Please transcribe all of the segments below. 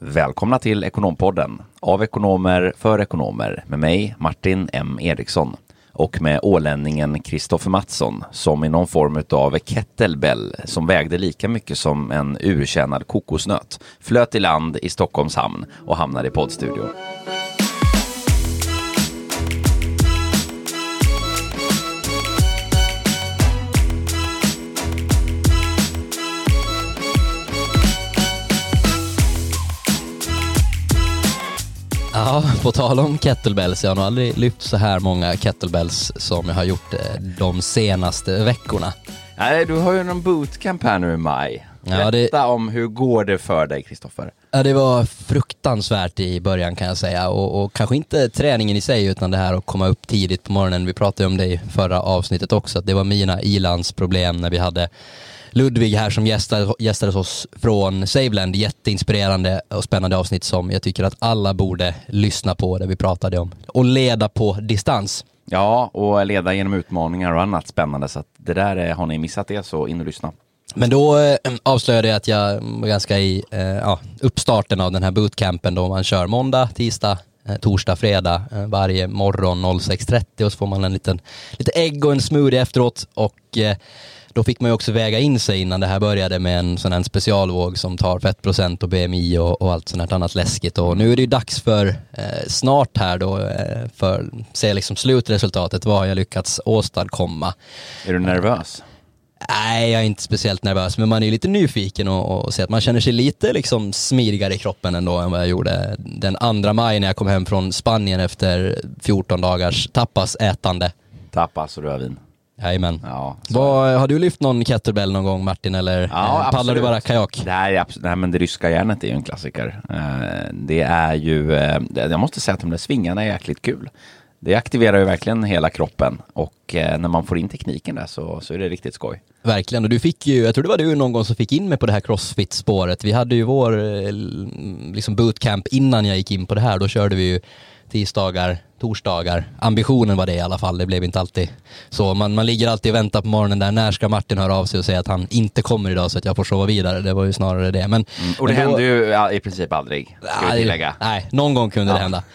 Välkomna till Ekonompodden av ekonomer för ekonomer med mig Martin M. Eriksson och med ålänningen Kristoffer Mattsson som i någon form av kettlebell som vägde lika mycket som en urtjänad kokosnöt flöt i land i Stockholms hamn och hamnade i poddstudion. Ja, på tal om kettlebells, jag har nog aldrig lyft så här många kettlebells som jag har gjort de senaste veckorna. Nej, du har ju någon bootcamp här nu i maj. Berätta om hur går det för dig, Kristoffer? Ja, det var fruktansvärt i början kan jag säga och kanske inte träningen i sig utan det här att komma upp tidigt på morgonen. Vi pratade om det i förra avsnittet också, att det var mina ilandsproblem när vi hade Ludvig här som gästades oss från Saveland. Jätteinspirerande och spännande avsnitt som jag tycker att alla borde lyssna på, där vi pratade om och leda på distans. Ja, och leda genom utmaningar och annat spännande, så att det där, har ni missat det så in och lyssna. Men då avslöjade jag att jag var ganska i uppstarten av den här bootcampen då man kör måndag, tisdag, torsdag, fredag varje morgon 06.30 och så får man lite ägg och en smoothie efteråt och då fick man ju också väga in sig innan det här började med en sån här specialvåg som tar fettprocent och BMI och allt sånt här annat läskigt. Och nu är det ju dags för snart här då för att se liksom slutresultatet, vad jag lyckats åstadkomma. Är du nervös? Nej, jag är inte speciellt nervös, men man är ju lite nyfiken och ser att man känner sig lite liksom smidigare i kroppen ändå än vad jag gjorde den 2 maj när jag kom hem från Spanien efter 14 dagars tapasätande. Tapas och rödvin. Jajamän. Ja, har du lyft någon kettlebell någon gång, Martin, eller pallar du bara kajak? Nej, men det ryska järnet är ju en klassiker. Det är ju, jag måste säga att de där svingarna är jäkligt kul. Det aktiverar ju verkligen hela kroppen och när man får in tekniken där så är det riktigt skoj. Verkligen, och du fick ju, jag tror det var du någon gång som fick in mig på det här CrossFit-spåret. Vi hade ju vår liksom bootcamp innan jag gick in på det här, då körde vi ju tisdagar, torsdagar. Ambitionen var det i alla fall, det blev inte alltid så. Man ligger alltid och väntar på morgonen där, när ska Martin höra av sig och säga att han inte kommer idag så att jag får sova vidare. Det var ju snarare det. Och det hände ju i princip aldrig, ska vi tillägga. Nej, någon gång kunde det hända.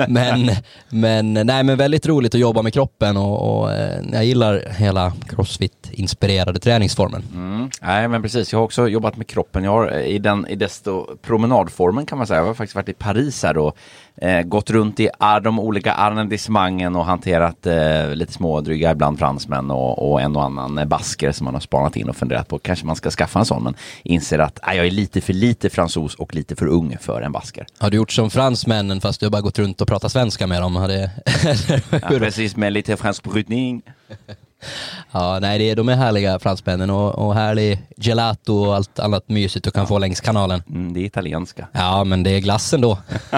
Men väldigt roligt att jobba med kroppen och jag gillar hela CrossFit-inspirerade träningsformen. Nej, men precis. Jag har också jobbat med kroppen. Jag har i desto promenadformen kan man säga. Jag har faktiskt varit i Paris här och gått runt i de olika arrondissemangen och hanterat lite små dryga ibland fransmän och en och annan basker som man har spanat in och funderat på. Kanske man ska skaffa en sån, men inser att jag är lite för lite fransos och lite för ung för en basker. Har du gjort som fransmännen fast du har bara gått runt och pratat svenska med dem? Precis, med lite fransk brytning. Ja, nej, de är härliga fransmännen och härlig gelato och allt annat mysigt du kan få längs kanalen. Det är italienska. Ja, men det är glassen då.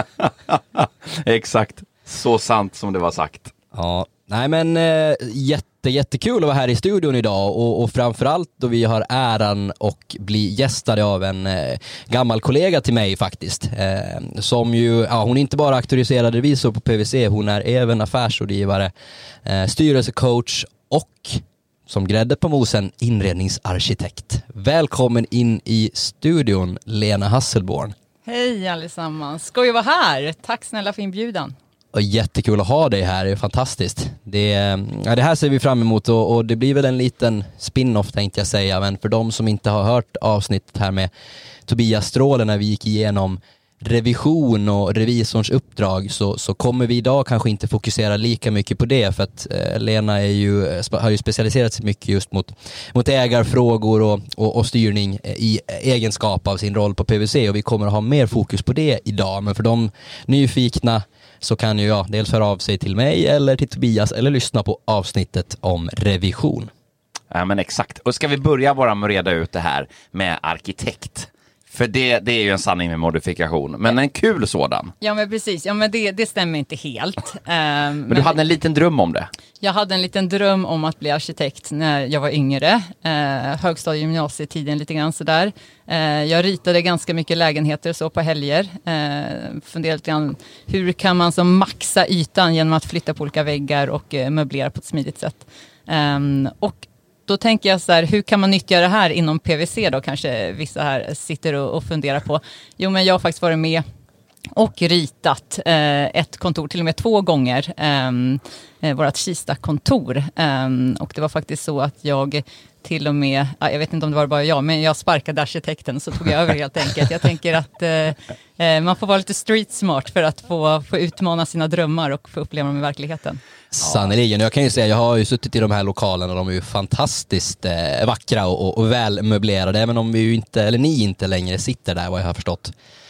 Exakt, så sant som det var sagt. Ja, nej men jättekul att vara här i studion idag och framförallt då vi har äran att bli gästade av en gammal kollega till mig faktiskt. Som ju, hon är inte bara auktoriserad revisor på PwC, hon är även affärsrådgivare, styrelsecoach och som grädde på mosen inredningsarkitekt. Välkommen in i studion, Lena Hasselborn. Hej allesammans, ska ju vara här. Tack snälla för inbjudan. Och jättekul att ha dig här, det är fantastiskt. Det här ser vi fram emot och det blir väl en liten spin-off tänkte jag säga. Men för de som inte har hört avsnittet här med Tobias Stråle när vi gick igenom revision och revisorns uppdrag så kommer vi idag kanske inte fokusera lika mycket på det för att Lena har ju specialiserat sig mycket just mot ägarfrågor och styrning i egenskap av sin roll på PwC och vi kommer att ha mer fokus på det idag. Men för de nyfikna så kan ju jag dels höra av sig till mig eller till Tobias eller lyssna på avsnittet om revision. Ja, men exakt. Och ska vi börja bara med att reda ut det här med arkitekt? För det är ju en sanning med modifikation. Men en kul sådan. Ja, men precis. Ja, men det stämmer inte helt. Men du hade en liten dröm om det? Jag hade en liten dröm om att bli arkitekt när jag var yngre. Högstadie- och gymnasietiden lite grann sådär. Jag ritade ganska mycket lägenheter så på helger. Funderade lite grann, hur kan man som maxa ytan genom att flytta på olika väggar och möblera på ett smidigt sätt. Och då tänker jag så här, hur kan man nyttja det här inom PVC då? Kanske vissa här sitter och funderar på. Jo, men jag har faktiskt varit med och ritat ett kontor, till och med 2 gånger, vårt Kista-kontor. Och det var faktiskt så att jag till och med, jag vet inte om det var bara jag, men jag sparkade arkitekten så tog jag över helt enkelt. Jag tänker att man får vara lite street smart för att få utmana sina drömmar och få uppleva dem i verkligheten. Sannerligen, jag kan ju säga, jag har ju suttit i de här lokalerna och de är ju fantastiskt vackra och välmöblerade, även om vi ju inte, eller ni inte längre sitter där, vad jag har förstått.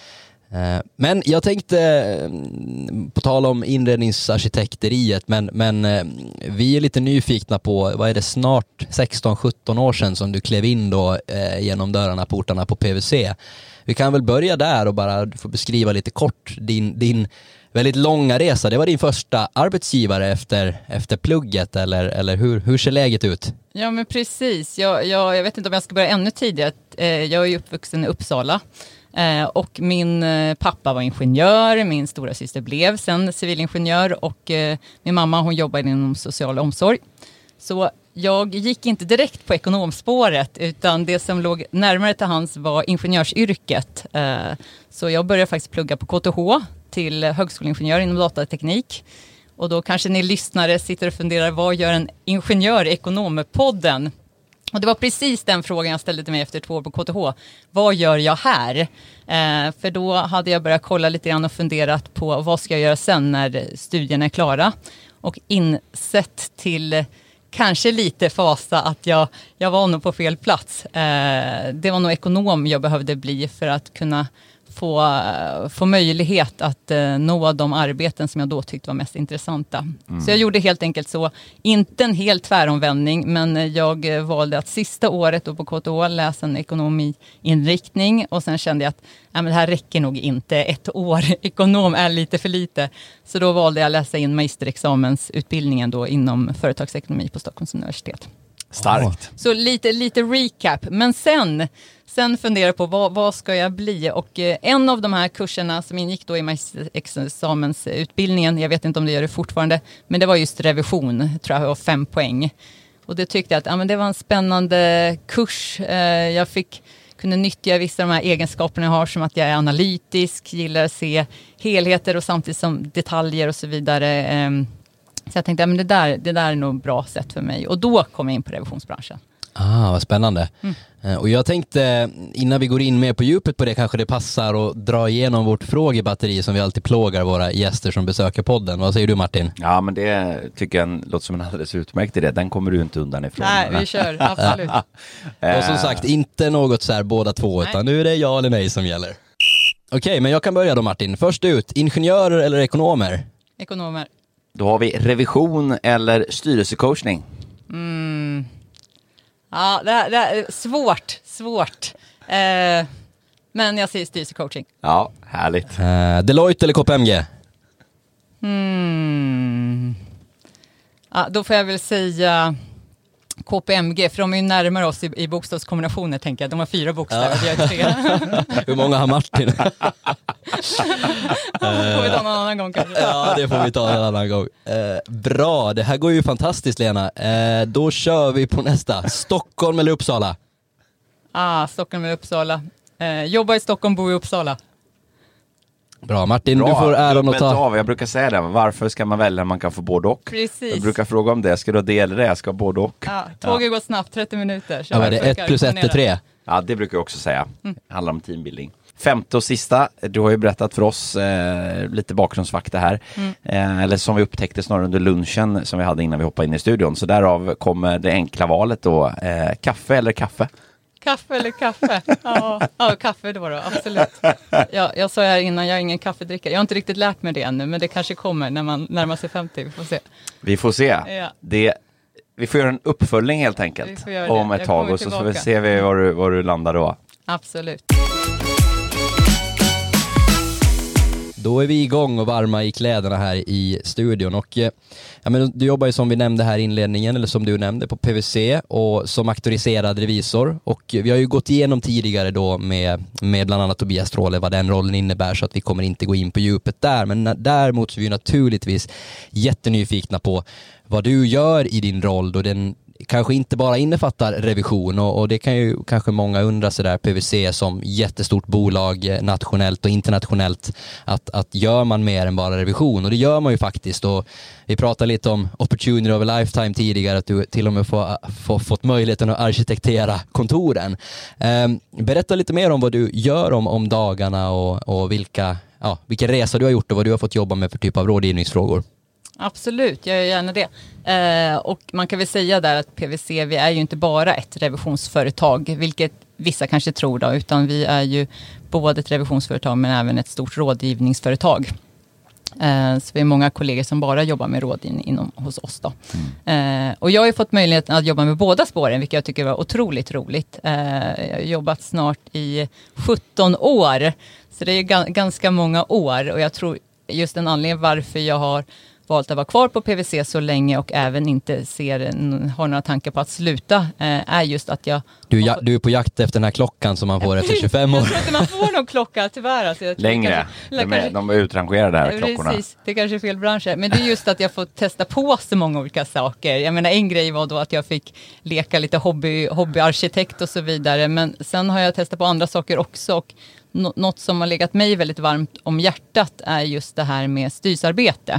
Men jag tänkte, på tal om inredningsarkitekteriet, men vi är lite nyfikna på, vad är det, snart 16-17 år sedan som du klev in då genom dörrarna, portarna på PVC. Vi kan väl börja där och bara få beskriva lite kort din väldigt långa resa. Det var din första arbetsgivare efter plugget, eller hur ser läget ut? Ja, men precis. Jag vet inte om jag ska börja ännu tidigare. Jag är ju uppvuxen i Uppsala. Och min pappa var ingenjör, min stora syster blev sen civilingenjör och min mamma, hon jobbade inom social omsorg. Så jag gick inte direkt på ekonomspåret, utan det som låg närmare till hands var ingenjörsyrket. Så jag började faktiskt plugga på KTH till högskoleingenjör inom datateknik. Och då kanske ni lyssnare sitter och funderar, vad gör en ingenjör i Ekonompodden? Och det var precis den frågan jag ställde till mig efter 2 år på KTH. Vad gör jag här? För då hade jag börjat kolla lite grann och funderat på vad ska jag göra sen när studierna är klara. Och insett till kanske lite fasa att jag var nog på fel plats. Det var nog ekonom jag behövde bli för att kunna få möjlighet att nå de arbeten som jag då tyckte var mest intressanta. Så jag gjorde helt enkelt så, inte en helt tväromvändning, men jag valde att sista året då på KTH läsa en ekonomiinriktning och sen kände jag att det här räcker nog inte, 1 år ekonom är lite för lite. Så då valde jag att läsa in magisterexamensutbildningen då inom företagsekonomi på Stockholms universitet. Starkt. Så lite recap, men sen funderar jag på vad ska jag bli, och en av de här kurserna som ingick då i magisterexamensutbildningen, jag vet inte om det gör det fortfarande, men det var just revision, tror jag var 5 poäng. Och det tyckte jag att det var en spännande kurs. Jag kunde nyttja vissa av de här egenskaperna jag har, som att jag är analytisk, gillar att se helheter och samtidigt som detaljer och så vidare. Så jag tänkte att det där är nog bra sätt för mig. Och då kom jag in på revisionsbranschen. Vad spännande. Och jag tänkte, innan vi går in mer på djupet på det, kanske det passar att dra igenom vårt frågebatteri som vi alltid plågar våra gäster som besöker podden. Vad säger du, Martin? Ja, men det tycker jag låter som en alldeles utmärkt idé. Den kommer du inte undan ifrån. Nej, vi kör, absolut. Och som sagt, inte något så här båda två, utan nu är det ja eller nej som gäller. Okej, men jag kan börja då, Martin. Först ut, ingenjörer eller ekonomer? Ekonomer. Då har vi revision eller styrelsecoachning. Ja, det är svårt. Men jag säger styrelsecoaching. Ja, härligt. Deloitte eller KPMG? Ja, då får jag väl säga KPMG, för de är ju närmare oss i bokstavskombinationer, tänker jag. De har 4 bokstäver, vi har 3. Hur många har Martin? får vi ta någon annan gång kanske. Ja, det får vi ta en annan gång. Bra, det här går ju fantastiskt, Lena. Då kör vi på nästa. Stockholm eller Uppsala? Stockholm eller Uppsala. Jobba i Stockholm, bo i Uppsala. Bra, Martin, Bra. du får äran att ta... Jag brukar säga det. Varför ska man välja när man kan få både och? Precis. Jag brukar fråga om det. Ska du ha det eller det? Jag ska ha både och. Tåget går snabbt, 30 minuter. Ja, det är 1 + 1 är 3. Ja, det brukar jag också säga. Det handlar om teambuilding. 5:e och sista, du har ju berättat för oss lite bakgrundsfakta här. Eller som vi upptäckte snarare under lunchen som vi hade innan vi hoppade in i studion. Så därav kommer det enkla valet då. Kaffe eller kaffe? Kaffe eller kaffe? Ja, kaffe då, absolut. Jag sa här innan, jag är ingen kaffedrickare. Jag har inte riktigt lärt mig det ännu, men det kanske kommer när man närmar sig 50. Vi får se. Ja. Vi får göra en uppföljning helt enkelt om ett tag, och så får vi se var du landar då. Absolut. Då är vi igång och varma i kläderna här i studion, och du jobbar ju som vi nämnde här i inledningen, eller som du nämnde, på PVC och som auktoriserad revisor, och vi har ju gått igenom tidigare då med bland annat Tobias Stråle vad den rollen innebär, så att vi kommer inte gå in på djupet där, men däremot så är vi naturligtvis jättenyfikna på vad du gör i din roll då, den kanske inte bara innefattar revision och det kan ju kanske många undra sig där, PwC som jättestort bolag nationellt och internationellt, att gör man mer än bara revision? Och det gör man ju faktiskt, och vi pratade lite om opportunity of a lifetime tidigare, att du till och med fått möjligheten att arkitektera kontoren. Berätta lite mer om vad du gör om dagarna och vilken resa du har gjort och vad du har fått jobba med för typ av rådgivningsfrågor. Absolut, jag gör gärna det. Och man kan väl säga där att PwC, vi är ju inte bara ett revisionsföretag, vilket vissa kanske tror då, utan vi är ju både ett revisionsföretag men även ett stort rådgivningsföretag. Så vi är många kollegor som bara jobbar med rådgivning hos oss då. Och jag har ju fått möjligheten att jobba med båda spåren, vilket jag tycker var otroligt roligt. Jag har jobbat snart i 17 år, så det är ganska många år, och jag tror just en anledning varför jag har valt att vara kvar på PwC så länge och även inte har några tankar på att sluta, är just att jag... Du är på jakt efter den här klockan som man får efter 25 år. Jag tror inte man får någon klocka tyvärr. Alltså, längre. De är utrangerade här klockorna. Precis, det är kanske fel bransch. Men det är just att jag får testa på så många olika saker. Jag menar, en grej var då att jag fick leka lite hobbyarkitekt och så vidare. Men sen har jag testat på andra saker också. Och något som har legat mig väldigt varmt om hjärtat är just det här med styrelsearbete.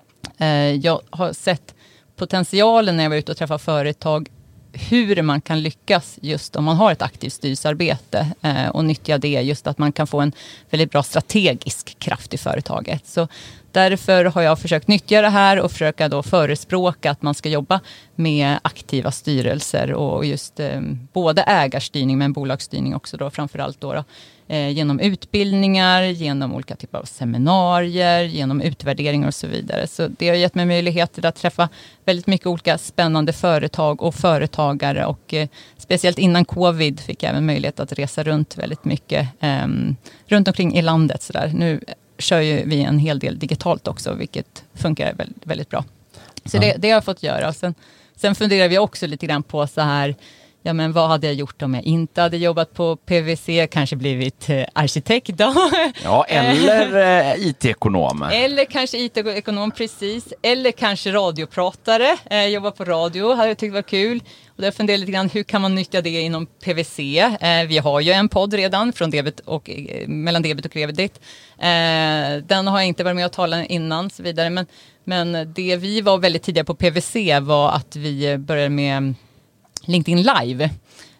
Jag har sett potentialen när jag var ute och träffade företag, hur man kan lyckas just om man har ett aktivt styrelsearbete och nyttja det, just att man kan få en väldigt bra strategisk kraft i företaget. Så därför har jag försökt nyttja det här och försöka då förespråka att man ska jobba med aktiva styrelser och just både ägarstyrning men bolagsstyrning också då, framförallt då. Genom utbildningar, genom olika typer av seminarier, genom utvärderingar och så vidare. Så det har gett mig möjligheter att träffa väldigt mycket olika spännande företag och företagare, och speciellt innan covid fick jag även möjlighet att resa runt väldigt mycket runt omkring i landet. Så där. Nu kör ju vi en hel del digitalt också, vilket funkar väldigt, väldigt bra. Så det har jag fått göra. Sen funderar vi också lite grann på så här, ja, men vad hade jag gjort om jag inte hade jobbat på PwC? Kanske blivit arkitekt då? Ja, eller IT-ekonom. Eller kanske IT-ekonom, precis. Eller kanske radiopratare. Jobba på radio hade jag tyckt var kul. Och där funderar lite grann, hur kan man nyttja det inom PwC? Vi har ju en podd redan från mellan debet och kredit. Den har jag inte varit med att tala innan så vidare. Men det vi var väldigt tidiga på PwC var att vi började med LinkedIn Live,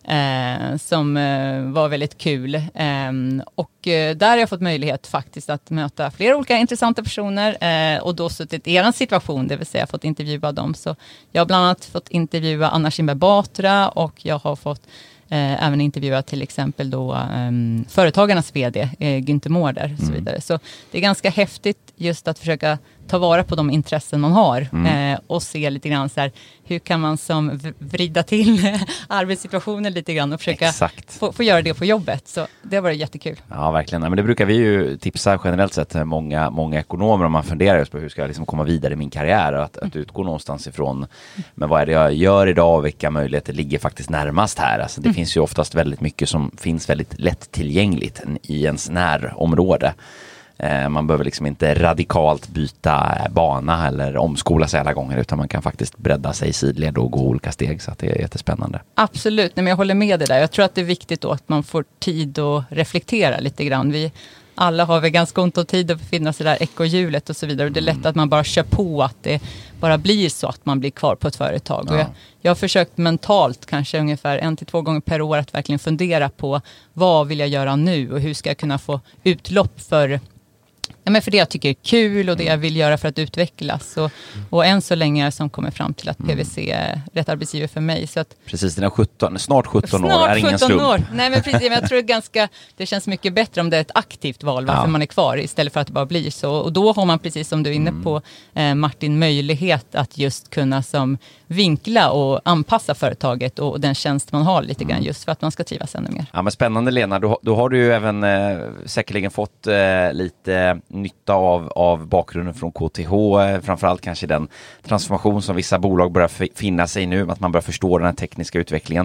som var väldigt kul. Och där har jag fått möjlighet faktiskt att möta flera olika intressanta personer och då suttit i er situation, det vill säga fått intervjua dem. Så jag har bland annat fått intervjua Anna Kinberg Batra, och jag har fått även intervjua till exempel då Företagarnas vd Günther Mårder och så vidare. Så det är ganska häftigt just att försöka ta vara på de intressen man har och se lite grann så här, hur kan man som vrida till arbetssituationen lite grann och försöka få göra det på jobbet. Så det har varit jättekul. Ja, verkligen. Men det brukar vi ju tipsa generellt sett många ekonomer om man funderar just på hur ska jag liksom komma vidare i min karriär, och att utgå någonstans ifrån, men vad är det jag gör idag och vilka möjligheter ligger faktiskt närmast här. Alltså det finns ju oftast väldigt mycket som finns väldigt lätt tillgängligt i ens närområde. Man behöver liksom inte radikalt byta bana eller omskola sig alla gånger, utan man kan faktiskt bredda sig i sidled och gå olika steg, så att det är jättespännande. Absolut, men jag håller med dig där. Jag tror att det är viktigt då att man får tid att reflektera lite grann. Vi alla har väl ganska ont om tid att befinna sig där ekorrhjulet och så vidare. Och det är lätt att man bara kör på, att det bara blir så att man blir kvar på ett företag. Och jag har försökt mentalt kanske ungefär 1 till 2 gånger per år att verkligen fundera på vad vill jag göra nu och hur ska jag kunna få utlopp för det jag tycker är kul och det jag vill göra för att utvecklas. Och än så länge som kommer fram till att PwC är rätt arbetsgivare för mig. Så att, precis, snart 17 år är ingen slump. År. Nej, men precis, men jag tror det känns mycket bättre om det är ett aktivt val varför man är kvar, istället för att det bara blir så. Och då har man, precis som du är inne på Martin, möjlighet att just kunna som vinkla och anpassa företaget och den tjänst man har lite grann, just för att man ska trivas ännu mer. Ja, men spännande, Lena. Då har du ju även säkerligen fått lite nytta av bakgrunden från KTH, framförallt kanske den transformation som vissa bolag börjar finna sig i nu, att man börjar förstå den här tekniska utvecklingen.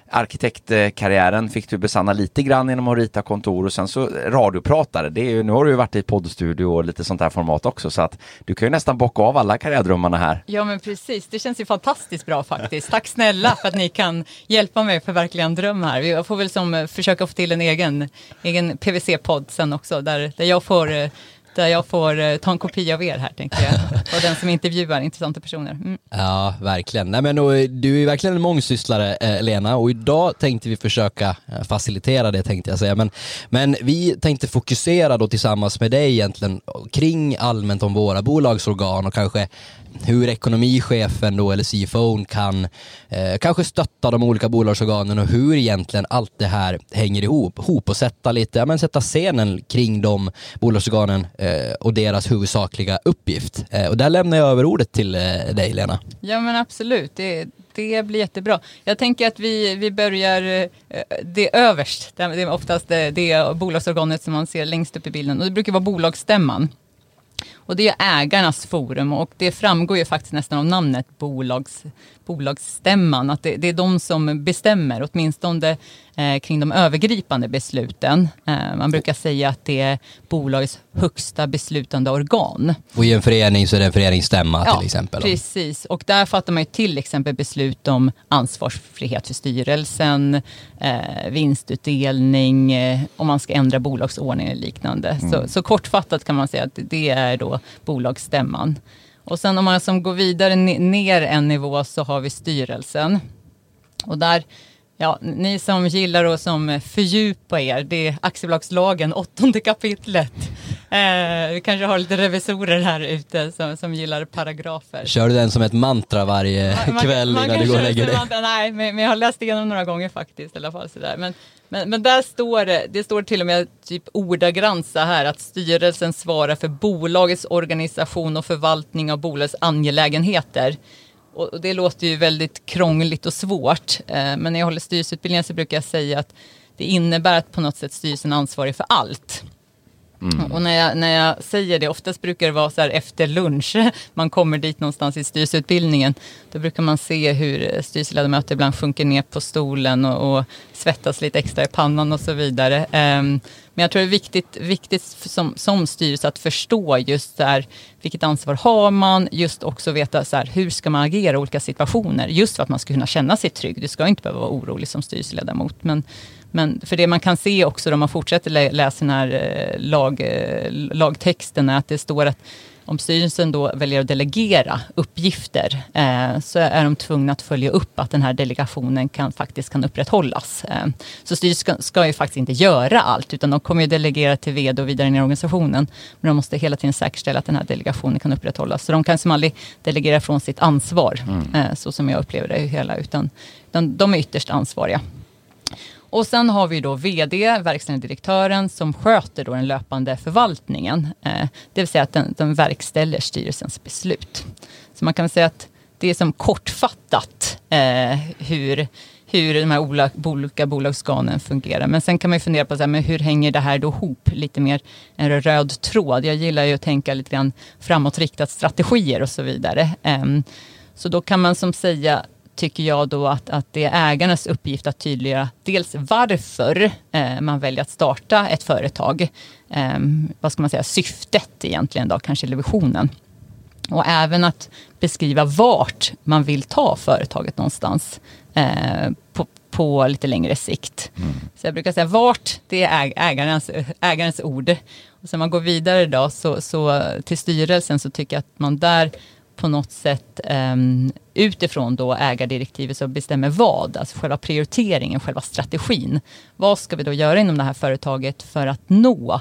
arkitektkarriären fick du besanna lite grann genom att rita kontor och sen så radiopratare. Det är ju, nu har du ju varit i poddstudio och lite sånt här format också, så att du kan ju nästan bocka av alla karriärdrömmarna här. Ja, men precis. Det känns ju fantastiskt bra faktiskt. Tack snälla för att ni kan hjälpa mig förverkliga en dröm här. Jag får väl försöka få till en egen PVC-podd sen också, där jag får ta en kopia av er här, tänker jag. Och den som intervjuar intressanta personer. Mm. Ja, verkligen. Nej, men du är verkligen en mångsysslare, Lena. Och idag tänkte vi försöka facilitera det, tänkte jag säga. Men vi tänkte fokusera då tillsammans med dig egentligen kring allmänt om våra bolagsorgan och kanske hur ekonomichefen då, eller CFO:n kan kanske stötta de olika bolagsorganen och hur egentligen allt det här hänger ihop och sätta scenen kring de bolagsorganen och deras huvudsakliga uppgift. Och där lämnar jag över ordet till dig, Lena. Ja, men absolut. Det blir jättebra. Jag tänker att vi börjar det överst. Det är oftast det bolagsorganet som man ser längst upp i bilden. Och det brukar vara bolagsstämman. Och det är ägarnas forum, och det framgår ju faktiskt nästan av namnet bolagsstämman, att det är de som bestämmer åtminstone kring de övergripande besluten. Man brukar säga att det är bolagets högsta beslutande organ. Och i en förening så är det en föreningsstämma till exempel. Ja, precis. Och där fattar man ju till exempel beslut om ansvarsfrihet för styrelsen, vinstutdelning, om man ska ändra bolagsordning eller liknande. Så kortfattat kan man säga att det är då bolagsstämman. Och sen om man som går vidare ner en nivå så har vi styrelsen. Och där, ja, ni som gillar och som fördjupar er, det är aktiebolagslagen, 8:e kapitlet. Vi kanske har lite revisorer här ute som gillar paragrafer. Kör du den som ett mantra varje kväll innan du går och lägger dig? Nej, men jag har läst igenom några gånger faktiskt i alla fall. Sådär. Men där står det står till och med typ ordagrant så här att styrelsen svarar för bolagets organisation och förvaltning av bolagets angelägenheter. Och det låter ju väldigt krångligt och svårt. Men när jag håller styrelseutbildningen så brukar jag säga att det innebär att på något sätt styrelsen är ansvarig för allt. Och när jag säger det, oftast brukar det vara så här efter lunch, man kommer dit någonstans i styrelseutbildningen, då brukar man se hur styrelseledamöter ibland sjunker ner på stolen och svettas lite extra i pannan och så vidare. Men jag tror det är viktigt som styrelse att förstå just så här, vilket ansvar har man, just också veta så här, hur ska man agera i olika situationer, just för att man ska kunna känna sig trygg. Du ska inte behöva vara orolig som styrelseledamot, men för det man kan se också då man fortsätter läsa den här lagtexten är att det står att om styrelsen då väljer att delegera uppgifter så är de tvungna att följa upp att den här delegationen faktiskt kan upprätthållas. Så styrelsen ska ju faktiskt inte göra allt, utan de kommer ju delegera till vd och vidare in i organisationen. Men de måste hela tiden säkerställa att den här delegationen kan upprätthållas. Så de kan som aldrig delegera från sitt ansvar, så som jag upplever det hela, utan de är ytterst ansvariga. Och sen har vi då vd, verkställande direktören, som sköter då den löpande förvaltningen. Det vill säga att den verkställer styrelsens beslut. Så man kan säga att det är som kortfattat hur de här olika bolagsorganen fungerar. Men sen kan man ju fundera på så här, men hur hänger det här då ihop? Lite mer en röd tråd. Jag gillar ju att tänka lite grann framåtriktat strategier och så vidare. Så då kan man som säga, tycker jag då att det är ägarnas uppgift att tydliggöra dels varför man väljer att starta ett företag. Vad ska man säga, syftet egentligen då, kanske eller visionen. Och även att beskriva vart man vill ta företaget någonstans på lite längre sikt. Så jag brukar säga vart, det är ägarens ord. Och sen man går vidare då så till styrelsen, så tycker jag att man där på något sätt utifrån då ägardirektivet så bestämmer vad, alltså själva prioriteringen, själva strategin. Vad ska vi då göra inom det här företaget för att nå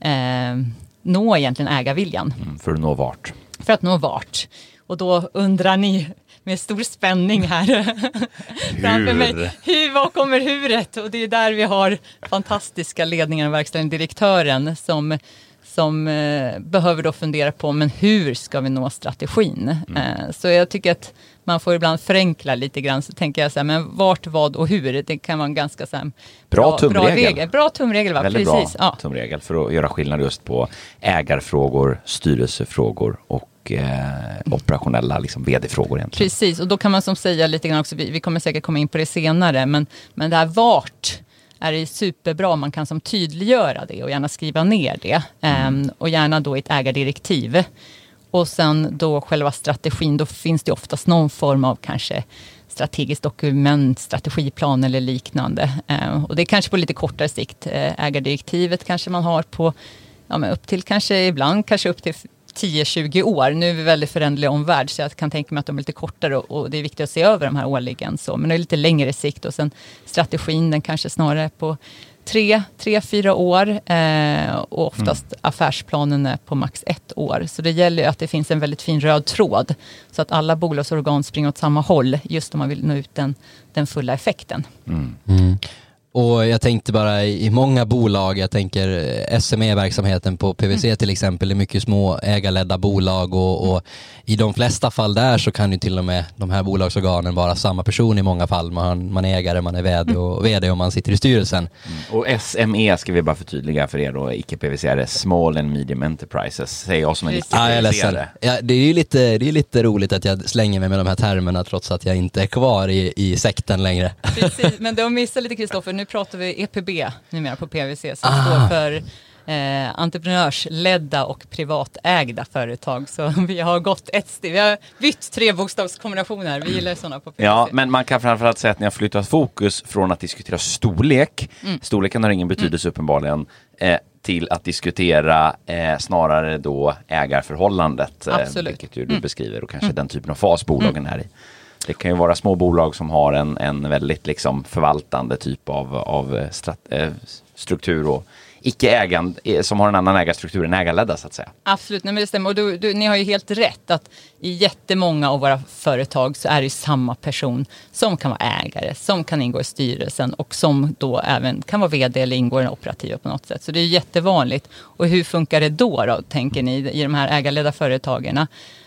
egentligen ägarviljan? För att nå vart? För att nå vart. Och då undrar ni med stor spänning här framför mig, vad kommer huret? Och det är där vi har fantastiska ledningar och verkställande direktören som behöver då fundera på, men hur ska vi nå strategin? Så jag tycker att man får ibland förenkla lite grann, så tänker jag så här, men vart, vad och hur, det kan vara en ganska så här, bra tumregel. Bra tumregel, va? Väldigt precis. Bra tumregel för att göra skillnad just på ägarfrågor, styrelsefrågor och och operationella liksom vd-frågor egentligen. Precis, och då kan man som säga lite grann också, vi kommer säkert komma in på det senare, men det här vart är det superbra om man kan som tydliggöra det och gärna skriva ner det. Och gärna då i ett ägardirektiv. Och sen då själva strategin, då finns det oftast någon form av kanske strategiskt dokument, strategiplan eller liknande. Och det är kanske på lite kortare sikt. Ägardirektivet kanske man har på upp till kanske upp till 10-20 år. Nu är vi väldigt föränderlig omvärld, så jag kan tänka mig att de är lite kortare och det är viktigt att se över de här årligen. Men det är lite längre sikt, och sen strategin den kanske snarare på 3-4 år och oftast affärsplanen är på max 1 år. Så det gäller ju att det finns en väldigt fin röd tråd så att alla bolagsorgan springer åt samma håll just om man vill nå ut den fulla effekten. Och jag tänkte bara i många bolag, jag tänker SME-verksamheten på PwC till exempel, är mycket små ägarledda bolag och i de flesta fall där så kan ju till och med de här bolagsorganen vara samma person i många fall. Man är ägare, man är vd och man sitter i styrelsen. Och SME ska vi bara förtydliga för er då, icke-PwC-are, Small and Medium Enterprises, säger jag som en icke-PwC-are. Det är ju lite roligt att jag slänger mig med de här termerna trots att jag inte är kvar i sekten längre. Precis, men de missar lite Kristoffer. Nu pratar vi EPB numera på PwC som står för entreprenörsledda och privatägda företag. Så vi har gått ett steg. Vi har bytt 3-bokstavskombinationer. Vi gillar sådana på PwC. Ja, men man kan framförallt säga att ni har flyttat fokus från att diskutera storlek. Storleken har ingen betydelse uppenbarligen. Till att diskutera snarare då ägarförhållandet. Vilket ju du beskriver och kanske den typen av fas bolagen är i. Det kan ju vara små bolag som har en väldigt liksom förvaltande typ av struktur och icke-ägande, som har en annan ägarstruktur än ägarledda så att säga. Absolut, nej, men det stämmer. Och ni har ju helt rätt att i jättemånga av våra företag så är det ju samma person som kan vara ägare, som kan ingå i styrelsen och som då även kan vara vd eller ingå i den operativa på något sätt. Så det är jättevanligt. Och hur funkar det då tänker ni, i de här ägarledda företagen?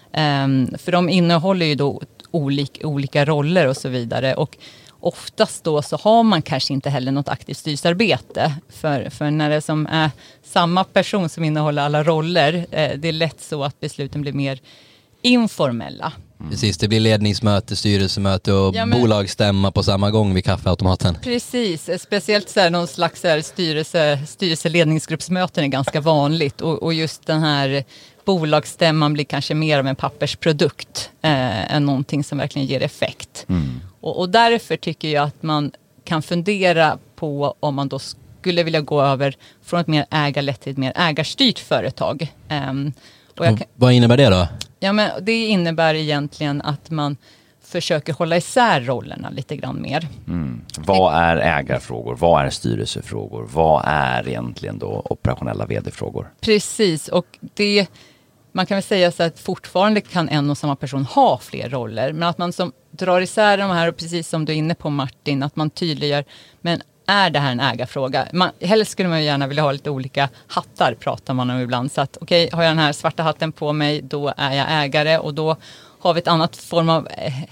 För de innehåller ju då olika roller och så vidare, och oftast då så har man kanske inte heller något aktivt styrelsearbete för när det som är samma person som innehåller alla roller, det är lätt så att besluten blir mer informella. Precis, det blir ledningsmöte, styrelsemöte och bolagsstämma på samma gång vid kaffeautomaten. Precis, speciellt så här, någon slags styrelseledningsgruppsmöten är ganska vanligt, och just den här bolagsstämman blir kanske mer av en pappersprodukt än någonting som verkligen ger effekt. Och därför tycker jag att man kan fundera på om man då skulle vilja gå över från ett mer ägarlett till ett mer ägarstyrt företag. Vad innebär det då? Ja, men det innebär egentligen att man försöker hålla isär rollerna lite grann mer. Vad är ägarfrågor? Vad är styrelsefrågor? Vad är egentligen då operationella vd-frågor? Precis, och man kan väl säga så att fortfarande kan en och samma person ha fler roller, men att man som drar isär de här, och precis som du är inne på Martin, att man tydliggör, men är det här en ägarfråga? Helst skulle man ju gärna vilja ha lite olika hattar, pratar man om ibland. Så att okej, har jag den här svarta hatten på mig, då är jag ägare, och då har vi ett annat form av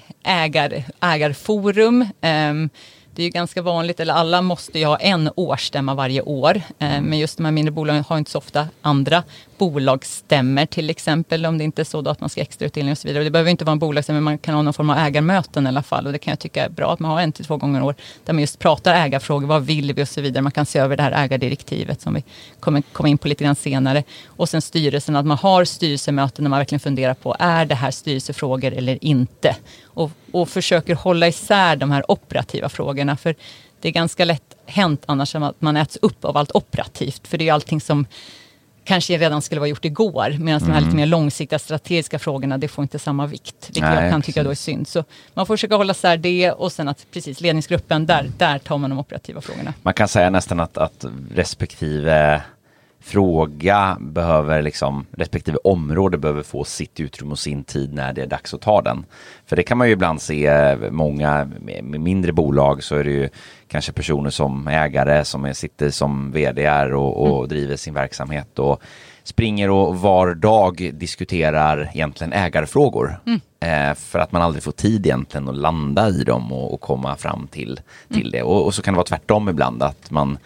ägarforum. Det är ju ganska vanligt, eller alla måste ju ha en årsstämma varje år. Men just de här mindre bolagen har inte så ofta andra bolagsstämmer till exempel, om det inte är så då att man ska extra utdelning och så vidare. Och det behöver inte vara en bolagsstämma, men man kan ha någon form av ägarmöten i alla fall. Och det kan jag tycka är bra att man har 1-2 gånger i år där man just pratar ägarfrågor, vad vill vi och så vidare. Man kan se över det här ägardirektivet som vi kommer komma in på lite grann senare. Och sen styrelsen, att man har styrelsemöten när man verkligen funderar på, är det här styrelsefrågor eller inte? Och försöker hålla isär de här operativa frågorna, för det är ganska lätt hänt annars att man äts upp av allt operativt, för det är allting som kanske redan skulle vara gjort igår, medan de här lite mer långsiktiga strategiska frågorna, det får inte samma vikt, vilket jag kan tycka då är synd. Så man får försöka hålla isär det, och sen att precis ledningsgruppen, där tar man de operativa frågorna. Man kan säga nästan att respektive fråga behöver liksom, respektive område behöver få sitt utrymme och sin tid när det är dags att ta den. För det kan man ju ibland se, många med mindre bolag så är det ju kanske personer som ägare som sitter som vd:ar och driver sin verksamhet och springer och var dag diskuterar egentligen ägarfrågor. För att man aldrig får tid egentligen att landa i dem och komma fram till det. Och så kan det vara tvärtom ibland, att man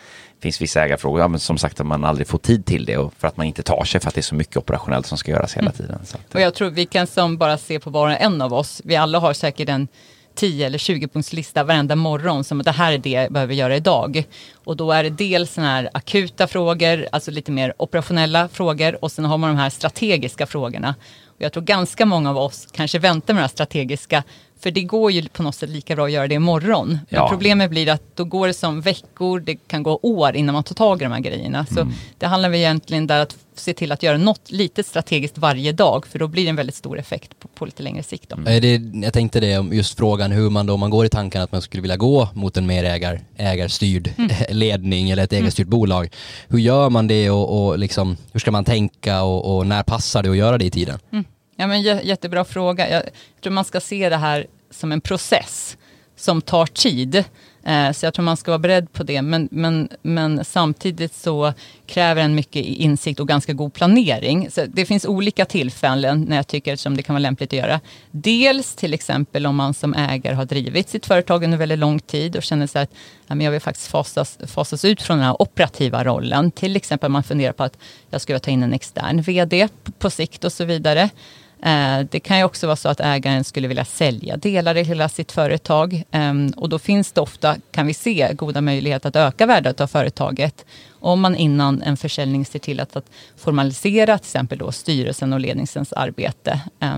finns vissa ägarfrågor, men som sagt att man aldrig får tid till det och för att man inte tar sig för att det är så mycket operationellt som ska göras hela tiden. Så att, och jag tror vi kan som bara se på var och en av oss, vi alla har säkert en 10 eller 20 punktslista varenda morgon som att det här är det jag behöver göra idag. Och då är det dels såna här akuta frågor, alltså lite mer operationella frågor, och sen har man de här strategiska frågorna. Och jag tror ganska många av oss kanske väntar med de här strategiska, för det går ju på något sätt lika bra att göra det imorgon. Men problemet blir att då går det som veckor, det kan gå år innan man tar tag i de här grejerna. Så det handlar väl egentligen där att se till att göra något lite strategiskt varje dag, för då blir det en väldigt stor effekt på lite längre sikt. Då. Jag tänkte det om just frågan hur man då, om man går i tanken att man skulle vilja gå mot en mer ägarstyrd ledning eller ett ägarstyrt bolag. Hur gör man det och liksom, hur ska man tänka och när passar det att göra det i tiden? Ja, men jättebra fråga. Jag tror man ska se det här som en process som tar tid. Så jag tror man ska vara beredd på det. Men samtidigt så kräver en mycket insikt och ganska god planering. Så det finns olika tillfällen när jag tycker som det kan vara lämpligt att göra. Dels till exempel om man som ägare har drivit sitt företag under väldigt lång tid och känner sig att jag vill faktiskt fasas ut från den här operativa rollen. Till exempel man funderar på att jag ska ta in en extern vd på sikt och så vidare. Det kan ju också vara så att ägaren skulle vilja sälja delar i hela sitt företag. Och då finns det ofta, kan vi se, goda möjligheter att öka värdet av företaget. Om man innan en försäljning ser till att formalisera till exempel då styrelsen och ledningens arbete.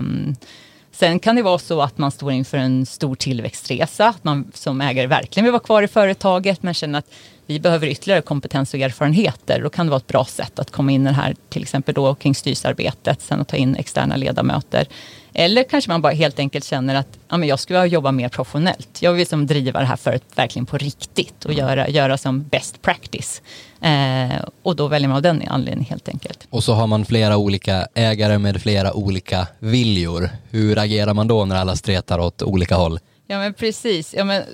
Sen kan det vara så att man står inför en stor tillväxtresa. Att man som ägare verkligen vill vara kvar i företaget men känner att vi behöver ytterligare kompetens och erfarenheter. Då kan det vara ett bra sätt att komma in i det här till exempel då kring styrelsearbetet. Sen att ta in externa ledamöter. Eller kanske man bara helt enkelt känner att jag skulle vilja jobba mer professionellt. Jag vill som driva det här för verkligen på riktigt och göra som best practice. Och då väljer man av den anledningen helt enkelt. Och så har man flera olika ägare med flera olika viljor. Hur agerar man då när alla stretar åt olika håll? Ja men precis. Ja, men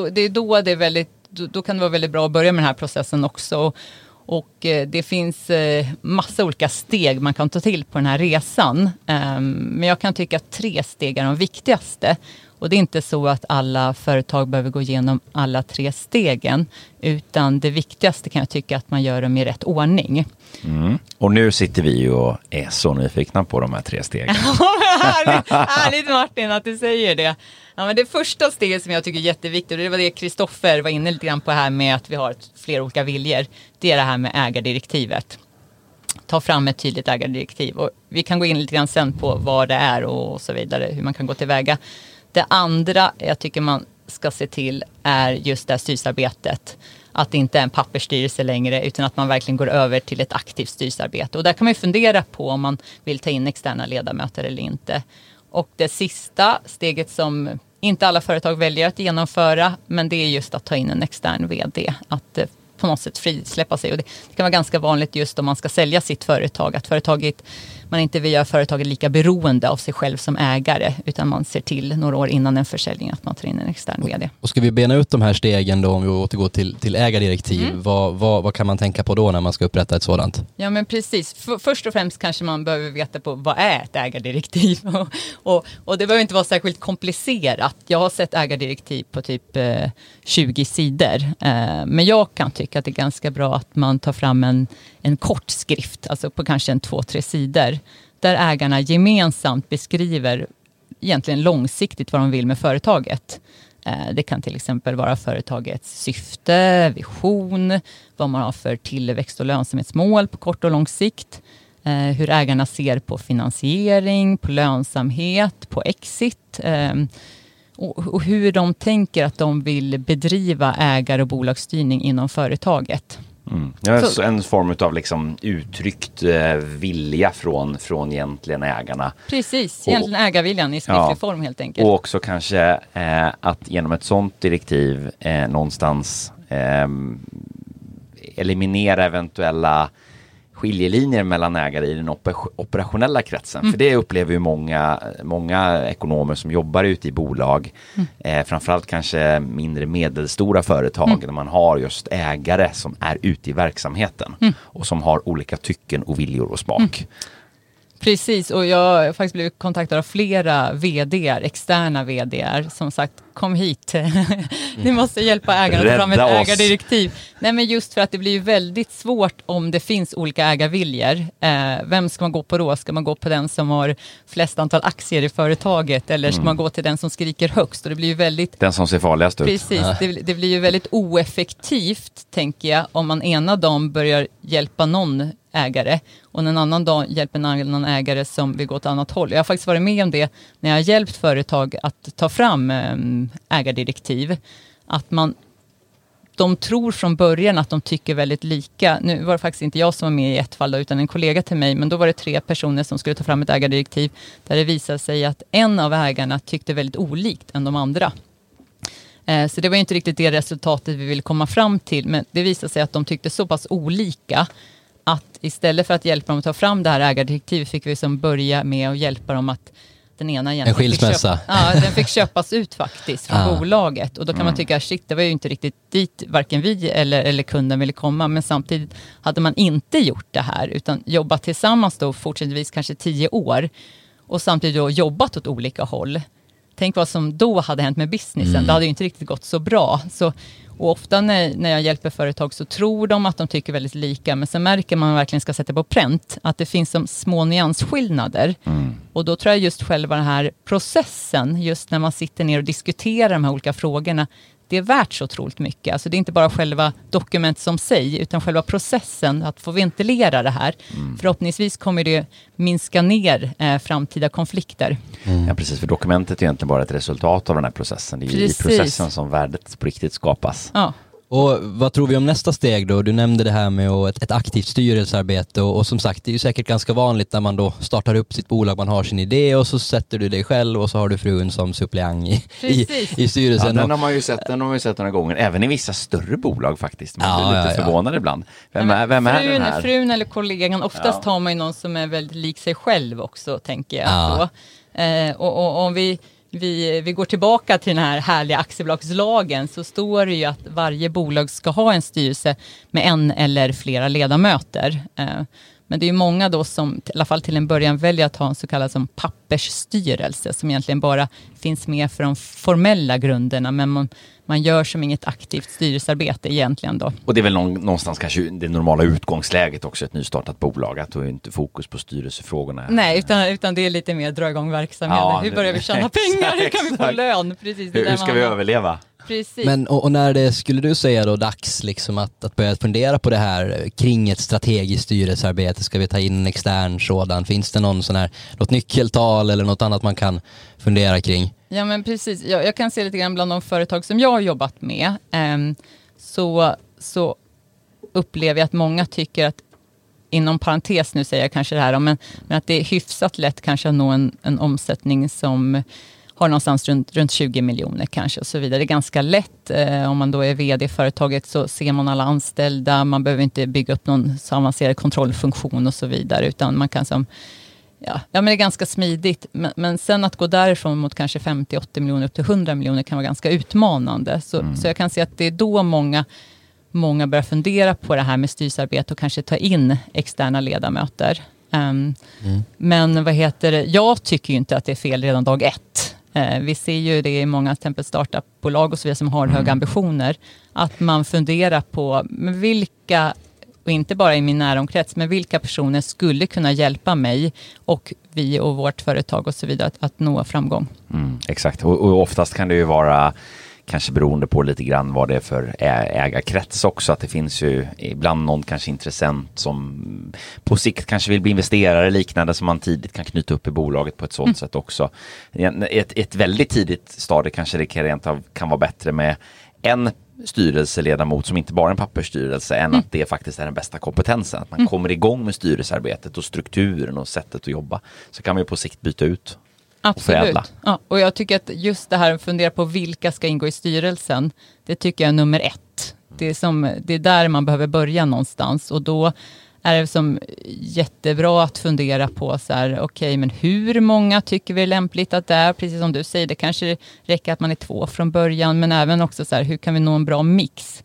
då kan det vara väldigt bra att börja med den här processen också. Och det finns massa olika steg man kan ta till på den här resan. Men jag kan tycka att 3 steg är de viktigaste. Och det är inte så att alla företag behöver gå igenom alla 3 stegen. Utan det viktigaste kan jag tycka att man gör dem i rätt ordning. Och nu sitter vi och är så nyfikna på de här 3 stegen. Härligt Martin att du säger det. Ja, men det första steget som jag tycker är jätteviktigt, och det var det Kristoffer var inne lite grann på här med att vi har flera olika viljor. Det är det här med ägardirektivet. Ta fram ett tydligt ägardirektiv. Och vi kan gå in lite grann sen på vad det är och så vidare, hur man kan gå tillväga. Det andra jag tycker man ska se till är just det här styrelsearbetet. Att det inte är en pappersstyrelse längre utan att man verkligen går över till ett aktivt styrelsearbete. Och där kan man ju fundera på om man vill ta in externa ledamöter eller inte. Och det sista steget som inte alla företag väljer att genomföra, men det är just att ta in en extern vd. Att på något sätt frisläppa sig. Och det kan vara ganska vanligt just om man ska sälja sitt företag. Att man inte vill göra företaget lika beroende av sig själv som ägare. Utan man ser till några år innan en försäljning att man tar in en extern vd. Och ska vi bena ut de här stegen då, om vi återgår till ägardirektiv. Vad kan man tänka på då när man ska upprätta ett sådant? Ja men precis. Först och främst kanske man behöver veta på vad är ett ägardirektiv. och det behöver inte vara särskilt komplicerat. Jag har sett ägardirektiv på typ 20 sidor. Men jag kan tycka att det är ganska bra att man tar fram en kort skrift. Alltså på kanske 2-3 sidor. Där ägarna gemensamt beskriver egentligen långsiktigt vad de vill med företaget. Det kan till exempel vara företagets syfte, vision, vad man har för tillväxt och lönsamhetsmål på kort och lång sikt. Hur ägarna ser på finansiering, på lönsamhet, på exit. Och hur de tänker att de vill bedriva ägar- och bolagsstyrning inom företaget. Så en form av liksom uttryckt vilja från egentligen ägarna. Precis, egentligen ägarviljan i skriftlig form helt enkelt. Och också kanske att genom ett sådant direktiv någonstans eliminera eventuella skiljelinjer mellan ägare i den operationella kretsen. För det upplever ju många ekonomer som jobbar ute i bolag. Framförallt kanske mindre medelstora företag där man har just ägare som är ute i verksamheten och som har olika tycken och viljor och smak. Precis, och jag har faktiskt blivit kontaktad av flera vd:ar, externa vd:ar, som sagt, kom hit. Ni måste hjälpa ägarna att ta fram ett ägardirektiv. Nej, men just för att det blir väldigt svårt om det finns olika ägarviljor. Vem ska man gå på då? Ska man gå på den som har flest antal aktier i företaget, eller ska man gå till den som skriker högst? Och det blir ju väldigt... Den som ser farligast ut. Precis, det blir ju väldigt oeffektivt, tänker jag, om man ena dagen börjar hjälpa någon ägare och en annan dag hjälper en annan ägare som vill gå åt ett annat håll. Jag har faktiskt varit med om det när jag har hjälpt företag att ta fram ägardirektiv. Att de tror från början att de tycker väldigt lika. Nu var det faktiskt inte jag som var med i ett fall då, utan en kollega till mig, men då var det 3 personer som skulle ta fram ett ägardirektiv där det visade sig att en av ägarna tyckte väldigt olikt än de andra. Så det var inte riktigt det resultatet vi ville komma fram till, men det visade sig att de tyckte så pass olika att istället för att hjälpa dem att ta fram det här ägardirektivet fick vi som börja med att hjälpa dem att den ena en skilsmässa. Den fick köpas ut faktiskt från bolaget. Och då kan man tycka, shit, det var ju inte riktigt dit varken vi eller kunden ville komma. Men samtidigt hade man inte gjort det här utan jobbat tillsammans då fortsättningsvis kanske 10 år och samtidigt då jobbat åt olika håll. Tänk vad som då hade hänt med businessen. Det hade ju inte riktigt gått så bra. Och ofta när jag hjälper företag så tror de att de tycker väldigt lika. Men så märker man verkligen ska sätta på pränt att det finns som små nyansskillnader. Och då tror jag just själva den här processen, just när man sitter ner och diskuterar de här olika frågorna, det är värt så otroligt mycket. Alltså det är inte bara själva dokument som sig, utan själva processen att få ventilera det här. Förhoppningsvis kommer det minska ner framtida konflikter. Ja, precis. För dokumentet är egentligen bara ett resultat av den här processen. Det är i processen som värdet på riktigt skapas. Ja. Och vad tror vi om nästa steg då? Du nämnde det här med ett aktivt styrelsearbete och som sagt, det är ju säkert ganska vanligt när man då startar upp sitt bolag, man har sin idé och så sätter du dig själv och så har du frun som suppleant i styrelsen. Ja, den har man ju sett några gånger, även i vissa större bolag faktiskt. Man blir lite förvånad ibland. Vem är den här? Frun eller kollegan, oftast har man ju någon som är väldigt lik sig själv också, tänker jag. Och om vi går tillbaka till den här härliga aktiebolagslagen så står det ju att varje bolag ska ha en styrelse med en eller flera ledamöter. Men det är ju många då som i alla fall till en början väljer att ha en så kallad som pappersstyrelse som egentligen bara finns med för de formella grunderna, men man gör som inget aktivt styrelsearbete egentligen då. Och det är väl någonstans kanske det normala utgångsläget också, ett nystartat bolag, att du är inte fokus på styrelsefrågorna. Nej, utan det är lite mer dra igång verksamheten. Ja, hur börjar vi tjäna pengar? Hur kan vi få lön? Precis, hur ska vi överleva? Precis. Men och när det skulle du säga då dags liksom att börja fundera på det här kring ett strategiskt styrelsearbete? Ska vi ta in en extern sådan? Finns det något nyckeltal eller något annat man kan fundera kring? Ja, men precis. Jag kan se lite grann bland de företag som jag har jobbat med så upplever jag att många tycker att, inom parentes nu säger jag kanske det här, men att det är hyfsat lätt kanske att nå en omsättning som har någonstans runt 20 miljoner kanske och så vidare. Det är ganska lätt. Om man då är vd i företaget så ser man alla anställda. Man behöver inte bygga upp någon så avancerad kontrollfunktion och så vidare, utan man kan som men det är ganska smidigt. Men sen att gå därifrån mot kanske 50-80 miljoner upp till 100 miljoner kan vara ganska utmanande. Så jag kan se att det är då många börjar fundera på det här med styrelsearbete och kanske ta in externa ledamöter. Men jag tycker ju inte att det är fel redan dag 1. Vi ser ju det i många exempel startupbolag och så vidare som har höga ambitioner. Att man funderar på vilka, och inte bara i min näromkrets, men vilka personer skulle kunna hjälpa mig och vi och vårt företag och så vidare att nå framgång. Exakt, och oftast kan det ju vara kanske beroende på lite grann vad det är för ägarkrets också, att det finns ju ibland någon kanske intressent som på sikt kanske vill bli investerare liknande som man tidigt kan knyta upp i bolaget på ett sådant sätt också. Ett väldigt tidigt stadie kanske det kan vara bättre med en styrelseledamot som inte bara är en pappersstyrelse än att det faktiskt är den bästa kompetensen. Att man kommer igång med styrelsearbetet och strukturen och sättet att jobba. Så kan man ju på sikt byta ut. Absolut. Ja, och jag tycker att just det här att fundera på vilka ska ingå i styrelsen, det tycker jag är nummer 1. Det är där man behöver börja någonstans, och då är det som jättebra att fundera på så här, okej, men hur många tycker vi är lämpligt att det är? Precis som du säger, det kanske räcker att man är 2 från början, men även också så här, hur kan vi nå en bra mix?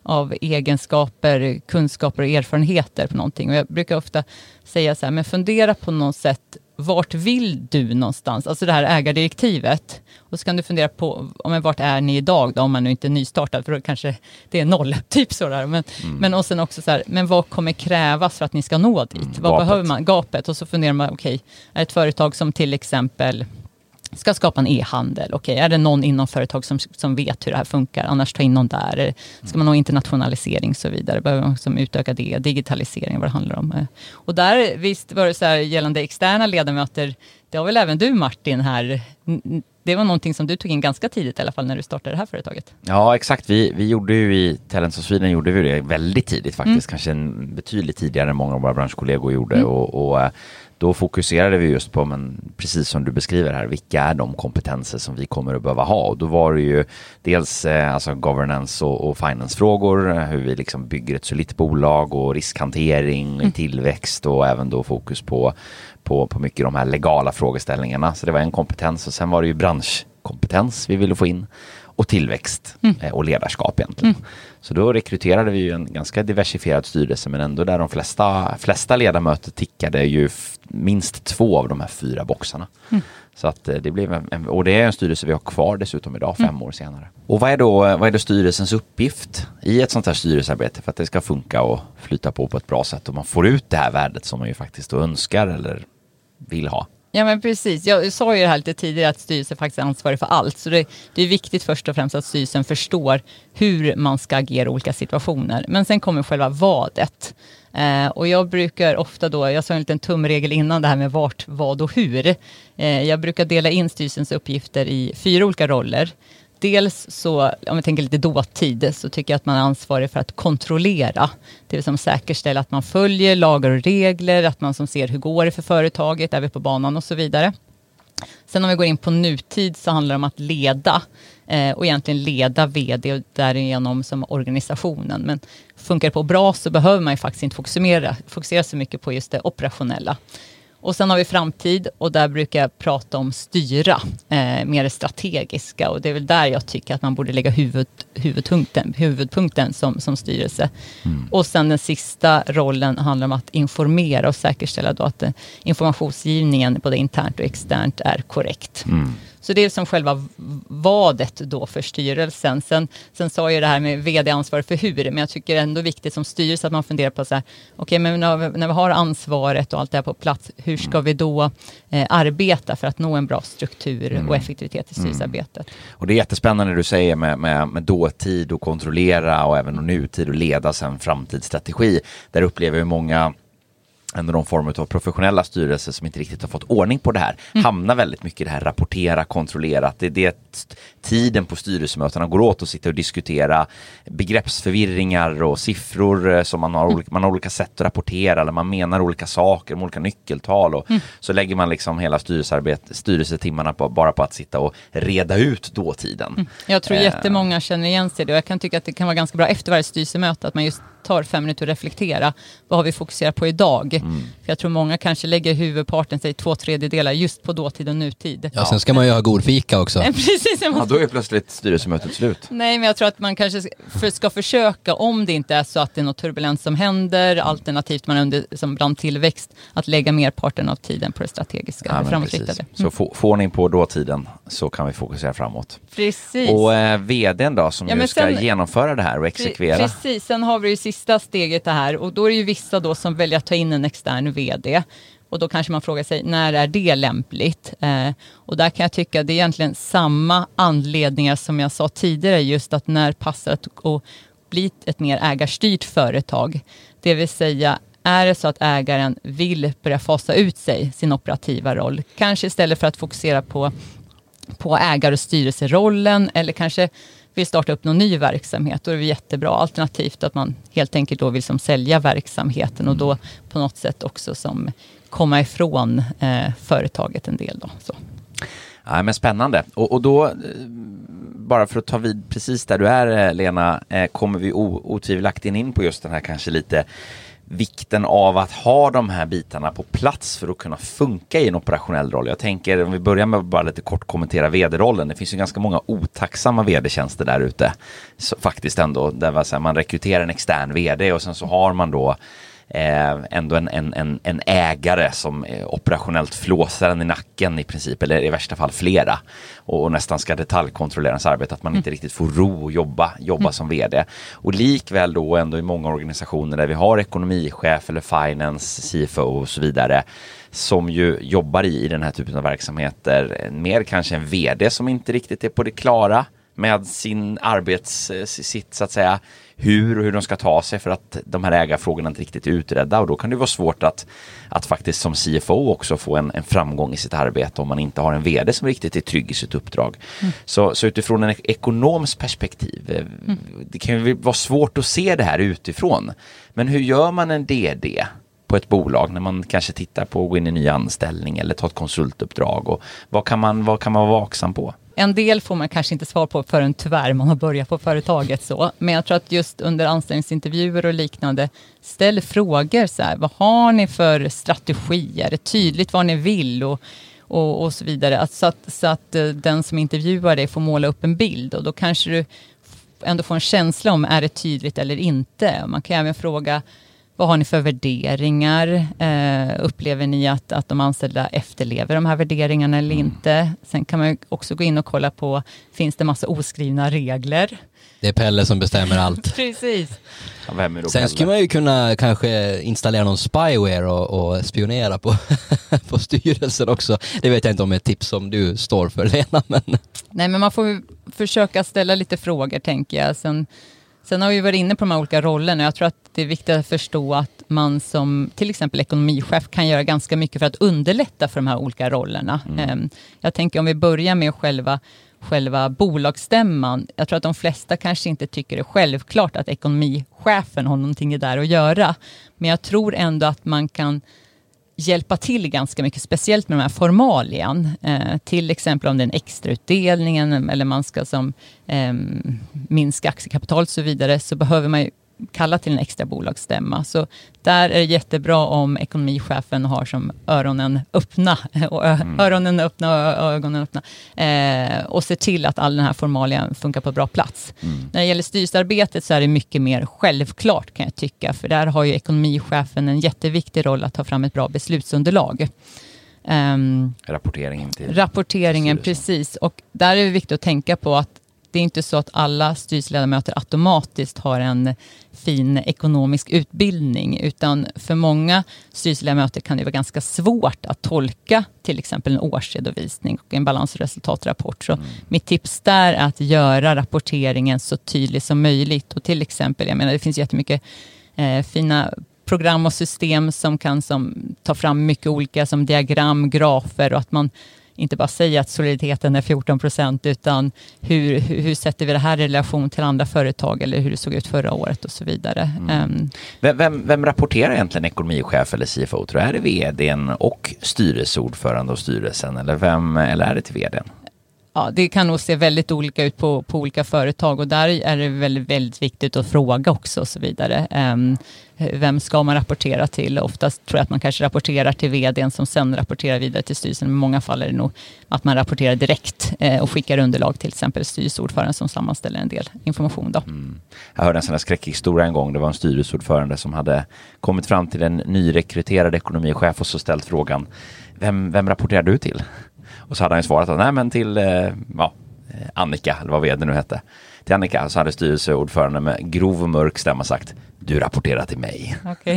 av egenskaper, kunskaper och erfarenheter på någonting. Och jag brukar ofta säga så här, men fundera på något sätt, vart vill du någonstans? Alltså det här ägardirektivet. Och så kan du fundera på, vart är ni idag då, om man nu inte är nystartad, för då kanske det är 0, typ sådär. Men och sen också så här, men vad kommer krävas för att ni ska nå dit? Vad behöver man? Gapet. Och så funderar man, okej, är ett företag som till exempel ska skapa en e-handel. Okej, är det någon inom företag som vet hur det här funkar? Annars ta in någon där. Ska man nå internationalisering och så vidare? Behöver man som utöka det? Digitalisering, vad det handlar om. Och där, visst var det så här gällande externa ledamöter. Det har väl även du, Martin, här. Det var någonting som du tog in ganska tidigt i alla fall när du startade det här företaget. Ja, exakt. Vi gjorde ju i Talents of Sweden gjorde vi det väldigt tidigt faktiskt. Kanske betydligt tidigare än många av våra branschkollegor gjorde. Och då fokuserade vi just på, men precis som du beskriver här, vilka är de kompetenser som vi kommer att behöva ha? Och då var det ju dels alltså governance och finance-frågor, hur vi liksom bygger ett solitt bolag och riskhantering, tillväxt och även då fokus på mycket de här legala frågeställningarna. Så det var en kompetens och sen var det ju branschkompetens vi ville få in och tillväxt och ledarskap egentligen. Så då rekryterade vi ju en ganska diversifierad styrelse, men ändå där de flesta ledamöter tickade ju minst 2 av de här 4 boxarna. Så att det blev och det är en styrelse vi har kvar dessutom idag 5 år senare. Och vad är då styrelsens uppgift i ett sånt här styrelsearbete för att det ska funka och flyta på ett bra sätt och man får ut det här värdet som man ju faktiskt då önskar eller vill ha? Ja, men precis. Jag sa ju det här lite tidigare att styrelsen faktiskt är ansvarig för allt. Så det är viktigt först och främst att styrelsen förstår hur man ska agera i olika situationer. Men sen kommer själva vadet. Och jag brukar ofta då, jag sa en liten tumregel innan det här med vart, vad och hur. Jag brukar dela in styrelsens uppgifter i 4 olika roller. Dels så, om vi tänker lite dåtid, så tycker jag att man är ansvarig för att kontrollera. Det vill säga säkerställa att man följer lagar och regler, att man som ser hur går det för företaget, är vi på banan och så vidare. Sen om vi går in på nutid så handlar det om att leda och egentligen leda vd och därigenom som organisationen. Men funkar det på bra så behöver man ju faktiskt inte fokusera så mycket på just det operationella. Och sen har vi framtid och där brukar jag prata om styra, mer strategiska. Och det är väl där jag tycker att man borde lägga huvudpunkten som styrelse. Och sen den sista rollen handlar om att informera och säkerställa då att informationsgivningen både internt och externt är korrekt. Så det är som själva vadet då för styrelsen. Sen sa jag det här med vd-ansvar för hur, men jag tycker ändå viktigt som styrelse att man funderar på så här, okej, men när vi har ansvaret och allt det här på plats, hur ska vi då arbeta för att nå en bra struktur och effektivitet i styrelsearbetet? Och det är jättespännande du säger med dåtid och kontrollera och även nutid och leda sen framtidsstrategi. Där upplever vi många ändå någon form av professionella styrelser som inte riktigt har fått ordning på det här. Hamnar väldigt mycket i det här rapportera, kontrollera. Det är tiden på styrelsemötena går åt att sitta och diskutera begreppsförvirringar och siffror som man har olika sätt att rapportera eller man menar olika saker med olika nyckeltal och så lägger man liksom hela styrelsetimmarna bara på att sitta och reda ut dåtiden. Jag tror jättemånga känner igen sig det och jag kan tycka att det kan vara ganska bra efter varje styrelsemöte att man just tar 5 minuter att reflektera. Vad har vi fokuserat på idag? För jag tror många kanske lägger huvudparten, säg 2/3 just på dåtid och nutid. Ja, sen ska man ju ha god fika också. Precis. Ja, då är plötsligt styrelsemötet slut. Nej, men jag tror att man kanske ska försöka, om det inte är så att det är något turbulent som händer, alternativt man under som brandtillväxt, att lägga merparten av tiden på det strategiska. Framåtriktade. Så få ordning på dåtiden så kan vi fokusera framåt. Precis. Och vdn då som ju ska genomföra det här och exekvera. Precis, sen har vi ju sista steget det här och då är det ju vissa då som väljer att ta in en extern vd. Och då kanske man frågar sig, när är det lämpligt? Och där kan jag tycka att det är egentligen samma anledningar som jag sa tidigare, just att när passar att bli ett mer ägarstyrt företag. Det vill säga, är det så att ägaren vill börja fasa ut sin operativa roll, kanske istället för att fokusera på ägar- och styrelserollen eller kanske vill starta upp någon ny verksamhet, då är det jättebra. Alternativt att man helt enkelt då vill som sälja verksamheten och då på något sätt också som komma ifrån företaget en del då. Så. Ja, men spännande. Och då, bara för att ta vid precis där du är, Lena, kommer vi otvivelaktigt in på just den här kanske lite vikten av att ha de här bitarna på plats för att kunna funka i en operationell roll. Jag tänker, om vi börjar med att bara lite kort kommentera vd-rollen. Det finns ju ganska många otacksamma vd-tjänster där ute. Så faktiskt ändå, där man rekryterar en extern vd och sen så har man då ändå en ägare som operationellt flåsar den i nacken i princip, eller i värsta fall flera, och nästan ska detaljkontrollera ens arbete, att man inte riktigt får ro och jobba som vd. Och likväl då ändå i många organisationer där vi har ekonomichef eller finance, CFO och så vidare, som ju jobbar i den här typen av verksamheter, mer kanske en vd som inte riktigt är på det klara med sin sitt så att säga, hur de ska ta sig, för att de här ägarfrågorna inte riktigt är utredda, och då kan det vara svårt att faktiskt som CFO också få en framgång i sitt arbete om man inte har en vd som riktigt är trygg i sitt uppdrag. Så utifrån en ekonoms perspektiv, det kan ju vara svårt att se det här utifrån, men hur gör man en DD på ett bolag när man kanske tittar på att gå in i en ny anställning eller ta ett konsultuppdrag, och vad kan man vara vaksam på? En del får man kanske inte svar på förrän tyvärr man har börjat på företaget så. Men jag tror att just under anställningsintervjuer och liknande, ställ frågor så här, vad har ni för strategi? Är det tydligt vad ni vill och så vidare. Så att den som intervjuar dig får måla upp en bild, och då kanske du ändå får en känsla om är det tydligt eller inte. Man kan även fråga, vad har ni för värderingar? Upplever ni att de anställda efterlever de här värderingarna eller inte? Sen kan man också gå in och kolla på, finns det massa oskrivna regler? Det är Pelle som bestämmer allt. Precis. Ja, vem är då Sen Pelle? skulle man ju kunna kanske installera någon spyware och spionera på, på styrelsen också. Det vet jag inte om är ett tips som du står för, Lena. Nej, men man får försöka ställa lite frågor, tänker jag. Sen har vi varit inne på de här olika rollerna, och jag tror att det är viktigt att förstå att man som till exempel ekonomichef kan göra ganska mycket för att underlätta för de här olika rollerna. Jag tänker om vi börjar med själva bolagsstämman. Jag tror att de flesta kanske inte tycker det är självklart att ekonomichefen har någonting där att göra. Men jag tror ändå att man kan hjälpa till ganska mycket, speciellt med de här formalian. Till exempel om det är en extrautdelningen eller man ska minska aktiekapital och så vidare, så behöver man ju kalla till en extra bolagsstämma. Så där är det jättebra om ekonomichefen har som öronen öppna och öronen öppna och ögonen öppna och ser till att all den här formalien funkar på bra plats. När det gäller styrelsearbetet så är det mycket mer självklart, kan jag tycka, för där har ju ekonomichefen en jätteviktig roll att ta fram ett bra beslutsunderlag. Rapporteringen, precis. Och där är det viktigt att tänka på att det är inte så att alla styrelseledamöter automatiskt har en fin ekonomisk utbildning, utan för många styrelseledamöter kan det vara ganska svårt att tolka till exempel en årsredovisning och en balans- och resultatrapport. Så mitt tips där är att göra rapporteringen så tydlig som möjligt. Och till exempel, jag menar, det finns jättemycket fina program och system som kan ta fram mycket olika som diagram, grafer, och att man inte bara säga att soliditeten är 14%, utan hur sätter vi det här i relation till andra företag eller hur det såg ut förra året och så vidare. Vem rapporterar egentligen ekonomichef eller CFO? Tror jag är det vdn och styrelseordförande och styrelsen, eller är det till vdn? Ja, det kan nog se väldigt olika ut på olika företag, och där är det väldigt, väldigt viktigt att fråga också och så vidare. Vem ska man rapportera till? Oftast tror jag att man kanske rapporterar till vdn som sen rapporterar vidare till styrelsen. Men i många fall är det nog att man rapporterar direkt och skickar underlag till exempel styrelseordföranden som sammanställer en del information då. Jag hörde en sån här skräckhistoria en gång. Det var en styrelseordförande som hade kommit fram till en nyrekryterad ekonomichef och så ställt frågan, vem rapporterar du till? Och så hade han svarat att nej, men till Annika, eller vad vd nu hette. Till Annika, så hade styrelseordförande med grov och mörk stämma sagt, du rapporterar till mig. Okay.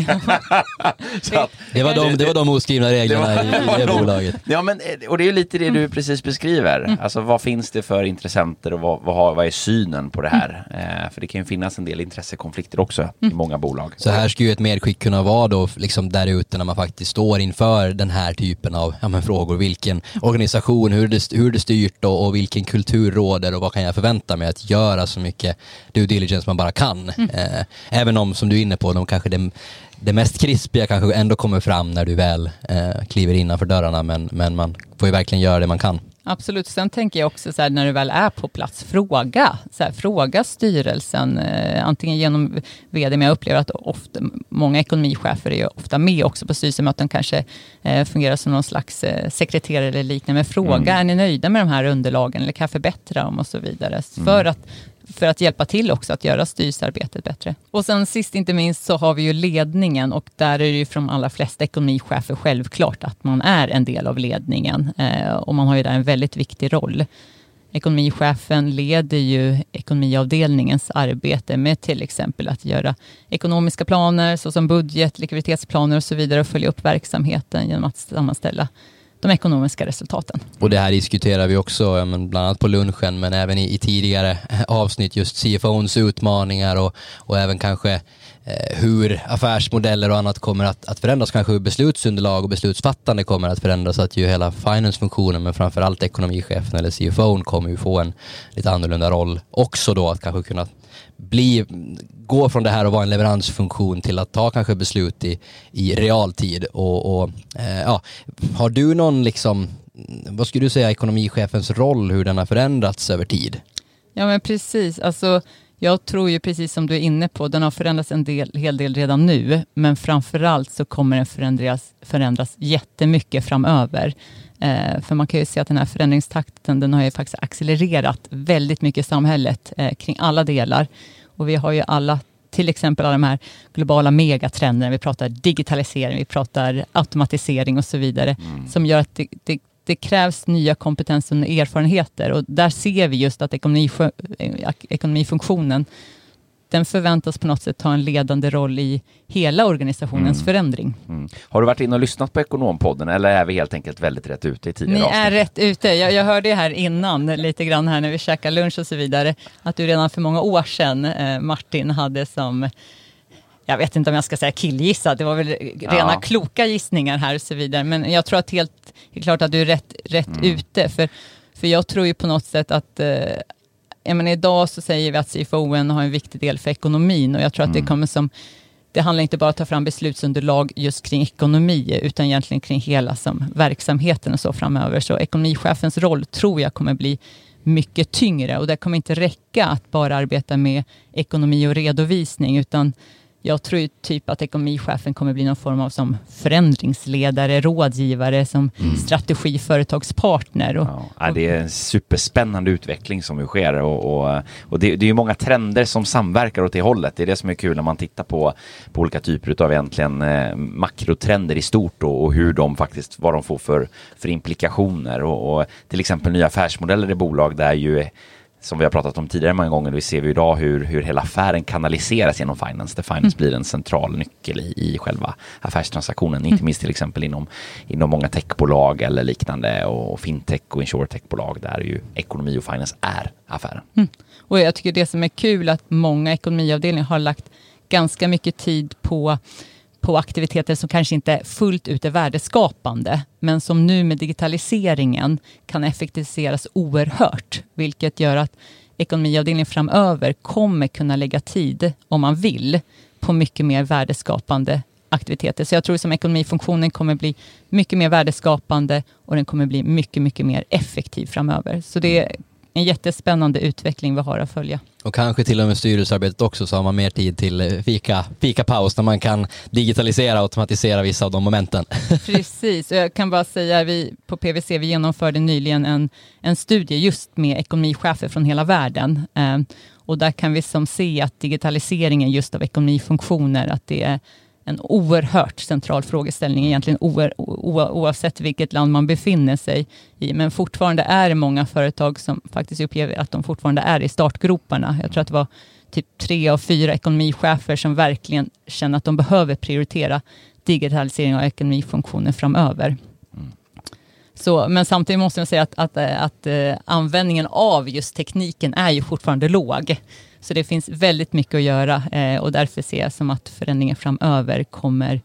Det var de oskrivna reglerna i det bolaget. Ja, men, och det är ju lite det du precis beskriver. Alltså vad finns det för intressenter och vad är synen på det här? För det kan ju finnas en del intressekonflikter också i många bolag. Så här ska ju ett medskick kunna vara då liksom där ute när man faktiskt står inför den här typen av frågor. Vilken organisation, hur det styrt och vilken kultur råder och vad kan jag förvänta mig att göra så mycket due diligence man bara kan. Även om, som du är inne på, de kanske det mest krispiga kanske ändå kommer fram när du väl kliver innanför dörrarna, men man får ju verkligen göra det man kan. Absolut. Sen tänker jag också så här, när du väl är på plats, fråga styrelsen, antingen genom vd, men jag upplever att många ekonomichefer är ju ofta med också på styrelsemöten, kanske fungerar som någon slags sekreterare eller liknande. Men fråga, är ni nöjda med de här underlagen eller kan jag förbättra dem och så vidare. För att hjälpa till också att göra styrelsearbetet bättre. Och sen sist inte minst så har vi ju ledningen, och där är det ju från de allra flesta ekonomichefer självklart att man är en del av ledningen. Och man har ju där en väldigt viktig roll. Ekonomichefen leder ju ekonomiavdelningens arbete med till exempel att göra ekonomiska planer såsom budget, likviditetsplaner och så vidare, och följa upp verksamheten genom att sammanställa de ekonomiska resultaten. Och det här diskuterar vi också bland annat på lunchen, men även i tidigare avsnitt, just CFO:ns utmaningar och även kanske hur affärsmodeller och annat kommer att förändras, kanske hur beslutsunderlag och beslutsfattande kommer att förändras, så att ju hela finance-funktionen, men framförallt ekonomichefen eller CFO:n kommer ju få en lite annorlunda roll också då, att kanske kunna gå från det här och vara en leveransfunktion till att ta kanske beslut i realtid. Och har du någon vad skulle du säga ekonomichefens roll, hur den har förändrats över tid? Ja, men precis. Alltså, jag tror ju precis som du är inne på, den har förändrats hel del redan nu, men framförallt så kommer den förändras jättemycket framöver. För man kan ju se att den här förändringstakten, den har ju faktiskt accelererat väldigt mycket i samhället kring alla delar. Och vi har ju till exempel alla de här globala megatrenderna. Vi pratar digitalisering, vi pratar automatisering och så vidare. Som gör att det krävs nya kompetenser och erfarenheter. Och där ser vi just att ekonomifunktionen, den förväntas på något sätt ta en ledande roll i hela organisationens förändring. Har du varit in och lyssnat på Ekonompodden, eller är vi helt enkelt väldigt rätt ute i tidigare avsnitt? Ni är rätt ute. Jag hörde här innan lite grann här när vi käkade lunch och så vidare, att du redan för många år sedan, Martin, hade som, jag vet inte om jag ska säga killgissa, det var väl rena kloka gissningar här och så vidare, men jag tror att helt klart att du är rätt ute, för jag tror ju på något sätt att idag så säger vi att CFO:n har en viktig del för ekonomin, och jag tror att det kommer det handlar inte bara om att ta fram beslutsunderlag just kring ekonomi, utan egentligen kring hela verksamheten och så framöver. Så ekonomichefens roll tror jag kommer bli mycket tyngre, och det kommer inte räcka att bara arbeta med ekonomi och redovisning, utan jag tror ju typ att ekonomichefen kommer bli någon form av som förändringsledare, rådgivare, som strategiföretagspartner. Det är en superspännande utveckling som ju sker, och det är ju många trender som samverkar åt det hållet. Det är det som är kul när man tittar på olika typer av egentligen makrotrender i stort, och hur de faktiskt, vad de får för implikationer, och till exempel nya affärsmodeller i bolag där ju, som vi har pratat om tidigare många gånger, vi ser vi idag hur hela affären kanaliseras genom finance, där finance blir en central nyckel i själva affärstransaktionen, inte minst till exempel inom många techbolag eller liknande, och fintech och insurtechbolag, där ju ekonomi och finance är affären. Och jag tycker det som är kul att många ekonomiavdelningar har lagt ganska mycket tid på aktiviteter som kanske inte fullt ut är värdeskapande, men som nu med digitaliseringen kan effektiviseras oerhört, vilket gör att ekonomiavdelningen framöver kommer kunna lägga tid, om man vill, på mycket mer värdeskapande aktiviteter. Så jag tror som ekonomifunktionen kommer bli mycket mer värdeskapande, och den kommer bli mycket, mycket mer effektiv framöver. Så det är en jättespännande utveckling vi har att följa. Och kanske till och med styrelsearbetet också, så har man mer tid till fika-paus, när man kan digitalisera och automatisera vissa av de momenten. Precis, och jag kan bara säga att vi på PwC vi genomförde nyligen en studie just med ekonomichefer från hela världen. Och där kan vi se att digitaliseringen just av ekonomifunktioner, att det är en oerhört central frågeställning egentligen oavsett vilket land man befinner sig i. Men fortfarande är det många företag som faktiskt upplever att de fortfarande är i startgroparna. Jag tror att det var typ 3 av 4 ekonomichefer som verkligen känner att de behöver prioritera digitalisering av ekonomifunktioner framöver. Så, men samtidigt måste jag säga att användningen av just tekniken är ju fortfarande låg. Så det finns väldigt mycket att göra, och därför ser jag som att förändringen framöver kommer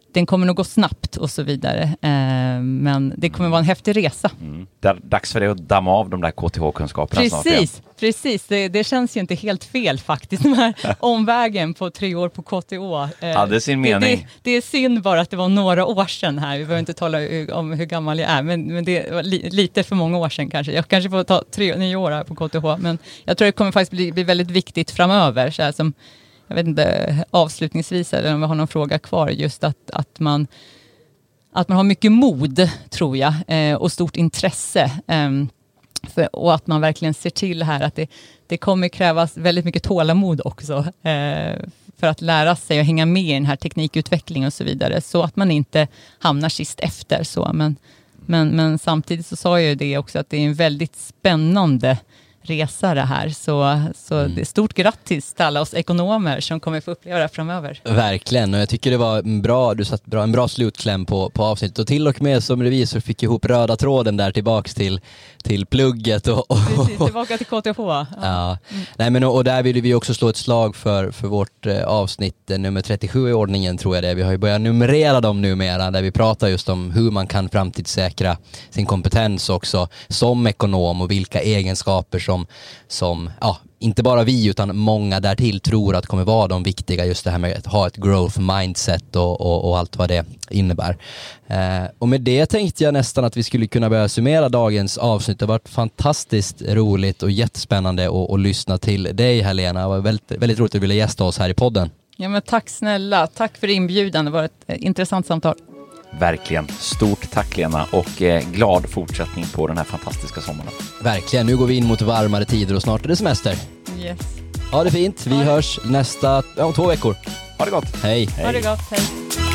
den kommer nog gå snabbt och så vidare. Men det kommer vara en häftig resa. Dags för dig att damma av de där KTH-kunskaperna snart igen. Precis. Det känns ju inte helt fel faktiskt. Den här omvägen på 3 år på KTH. Hade sin mening. Det är synd bara att det var några år sedan här. Vi behöver inte tala om hur gammal jag är. Men det var lite för många år sedan kanske. Jag kanske får ta 9 år här på KTH. Men jag tror det kommer faktiskt bli väldigt viktigt framöver. Så här som, jag vet inte, avslutningsvis eller om vi har någon fråga kvar. Just att man har mycket mod, tror jag. Och stort intresse. Och att man verkligen ser till här att det kommer krävas väldigt mycket tålamod också. För att lära sig och hänga med i den här teknikutvecklingen och så vidare. Så att man inte hamnar sist efter. Så. Men samtidigt så sa jag ju det också att det är en väldigt spännande resa det här. Så det är stort grattis till alla oss ekonomer som kommer få uppleva det framöver. Verkligen, och jag tycker det var du satt en bra slutkläm på avsnittet. Och till och med som revisor fick ihop röda tråden där tillbaks till plugget. Precis, tillbaka till KTH. Ja. Nej, men och där vill vi också slå ett slag för vårt avsnitt nummer 37 i ordningen, tror jag det. Vi har ju börjat numrera dem numera, där vi pratar just om hur man kan framtidssäkra sin kompetens också som ekonom och vilka egenskaper som inte bara vi utan många därtill tror att kommer vara de viktiga, just det här med att ha ett growth mindset och allt vad det innebär. Och med det tänkte jag nästan att vi skulle kunna börja summera dagens avsnitt. Det har varit fantastiskt roligt och jättespännande att lyssna till dig, Helena. Det var väldigt, väldigt roligt att vilja gästa oss här i podden. Ja, men tack snälla. Tack för inbjudan. Det var ett intressant samtal. Verkligen. Stort tack, Lena, och glad fortsättning på den här fantastiska sommaren. Verkligen. Nu går vi in mot varmare tider och snart är det semester. Yes. Ha det fint. Vi hörs om 2 veckor. Ha det gott. Hej. Ha det gott. Hej.